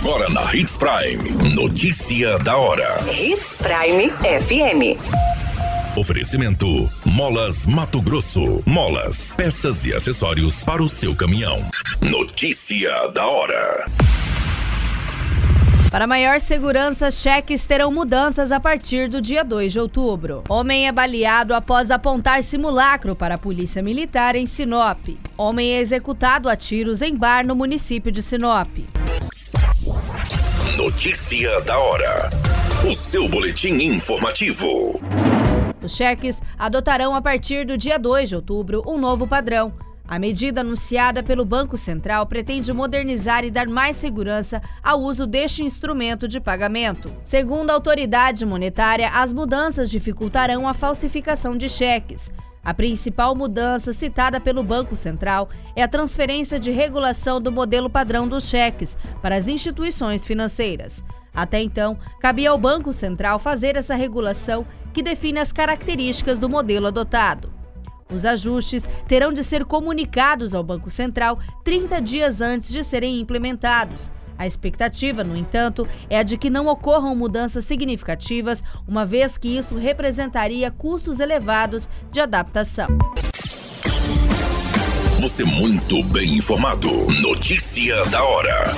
Agora na Hits Prime. Notícia da hora. Hits Prime FM. Oferecimento Molas Mato Grosso. Molas, peças e acessórios para o seu caminhão. Notícia da hora. Para maior segurança, cheques terão mudanças a partir do dia 2 de outubro. Homem é baleado após apontar simulacro para a Polícia Militar em Sinop. Homem é executado a tiros em bar no município de Sinop. Notícia da hora. O seu boletim informativo. Os cheques adotarão a partir do dia 2 de outubro um novo padrão. A medida anunciada pelo Banco Central pretende modernizar e dar mais segurança ao uso deste instrumento de pagamento. Segundo a autoridade monetária, as mudanças dificultarão a falsificação de cheques. A principal mudança citada pelo Banco Central é a transferência de regulação do modelo padrão dos cheques para as instituições financeiras. Até então, cabia ao Banco Central fazer essa regulação que define as características do modelo adotado. Os ajustes terão de ser comunicados ao Banco Central 30 dias antes de serem implementados. A expectativa, no entanto, é a de que não ocorram mudanças significativas, uma vez que isso representaria custos elevados de adaptação. Você muito bem informado. Notícia da hora.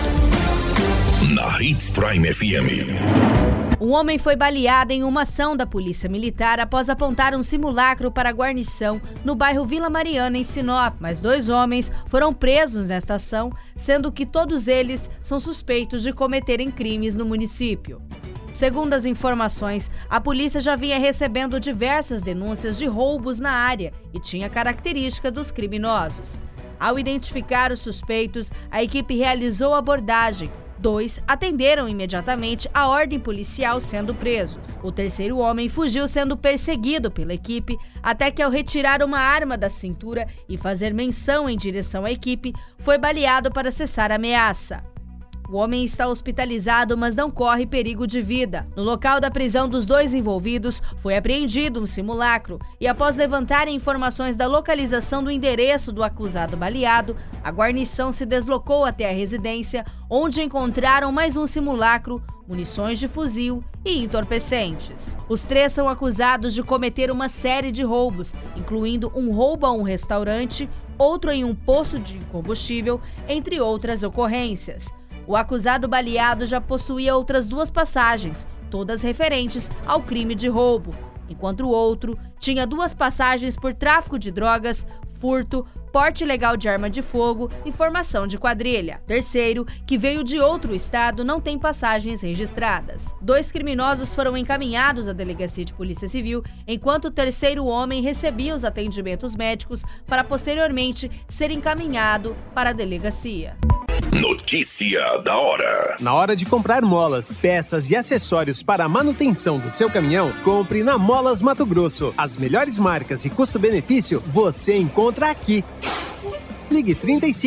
Na Hits Prime FM. Um homem foi baleado em uma ação da Polícia Militar após apontar um simulacro para a guarnição no bairro Vila Mariana, em Sinop. Mas 2 homens foram presos nesta ação, sendo que todos eles são suspeitos de cometerem crimes no município. Segundo as informações, a polícia já vinha recebendo diversas denúncias de roubos na área e tinha característica dos criminosos. Ao identificar os suspeitos, a equipe realizou a abordagem. 2 atenderam imediatamente a ordem policial, sendo presos. O terceiro homem fugiu sendo perseguido pela equipe, até que, ao retirar uma arma da cintura e fazer menção em direção à equipe, foi baleado para cessar a ameaça. O homem está hospitalizado, mas não corre perigo de vida. No local da prisão dos 2 envolvidos, foi apreendido um simulacro e, após levantarem informações da localização do endereço do acusado baleado, a guarnição se deslocou até a residência, onde encontraram mais um simulacro, munições de fuzil e entorpecentes. Os 3 são acusados de cometer uma série de roubos, incluindo um roubo a um restaurante, outro em um posto de combustível, entre outras ocorrências. O acusado baleado já possuía outras 2 passagens, todas referentes ao crime de roubo, enquanto o outro tinha 2 passagens por tráfico de drogas, furto, porte ilegal de arma de fogo e formação de quadrilha. Terceiro, que veio de outro estado, não tem passagens registradas. 2 criminosos foram encaminhados à Delegacia de Polícia Civil, enquanto o terceiro homem recebia os atendimentos médicos para posteriormente ser encaminhado para a delegacia. Notícia da hora. Na hora de comprar molas, peças e acessórios para a manutenção do seu caminhão, compre na Molas Mato Grosso. As melhores marcas e custo-benefício você encontra aqui. Ligue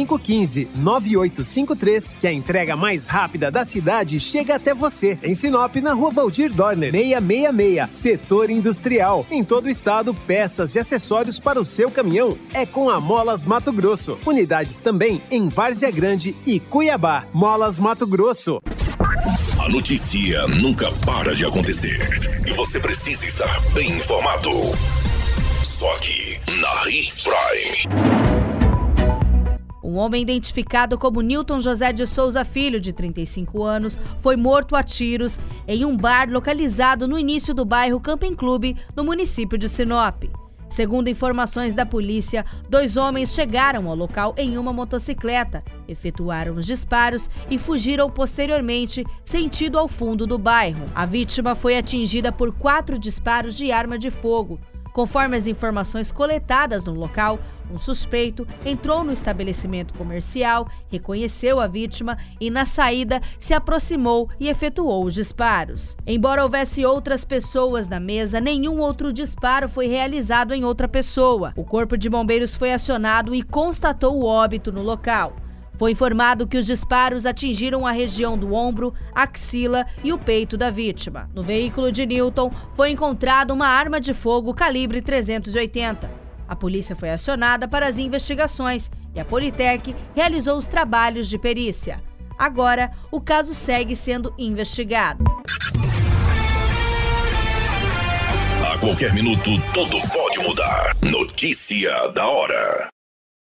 3515-9853, que a entrega mais rápida da cidade chega até você. Em Sinop, na Rua Valdir Dorner, 666, Setor Industrial. Em todo o estado, peças e acessórios para o seu caminhão é com a Molas Mato Grosso. Unidades também em Várzea Grande e Cuiabá. Molas Mato Grosso. A notícia nunca para de acontecer e você precisa estar bem informado. Só aqui, na Hits Prime. Um homem identificado como Nilton José de Souza Filho, de 35 anos, foi morto a tiros em um bar localizado no início do bairro Camping Clube, no município de Sinop. Segundo informações da polícia, 2 homens chegaram ao local em uma motocicleta, efetuaram os disparos e fugiram posteriormente, sentido ao fundo do bairro. A vítima foi atingida por 4 disparos de arma de fogo. Conforme as informações coletadas no local, um suspeito entrou no estabelecimento comercial, reconheceu a vítima e, na saída, se aproximou e efetuou os disparos. Embora houvesse outras pessoas na mesa, nenhum outro disparo foi realizado em outra pessoa. O corpo de bombeiros foi acionado e constatou o óbito no local. Foi informado que os disparos atingiram a região do ombro, axila e o peito da vítima. No veículo de Nilton foi encontrada uma arma de fogo calibre 380. A polícia foi acionada para as investigações e a Politec realizou os trabalhos de perícia. Agora, o caso segue sendo investigado. A qualquer minuto, tudo pode mudar. Notícia da hora.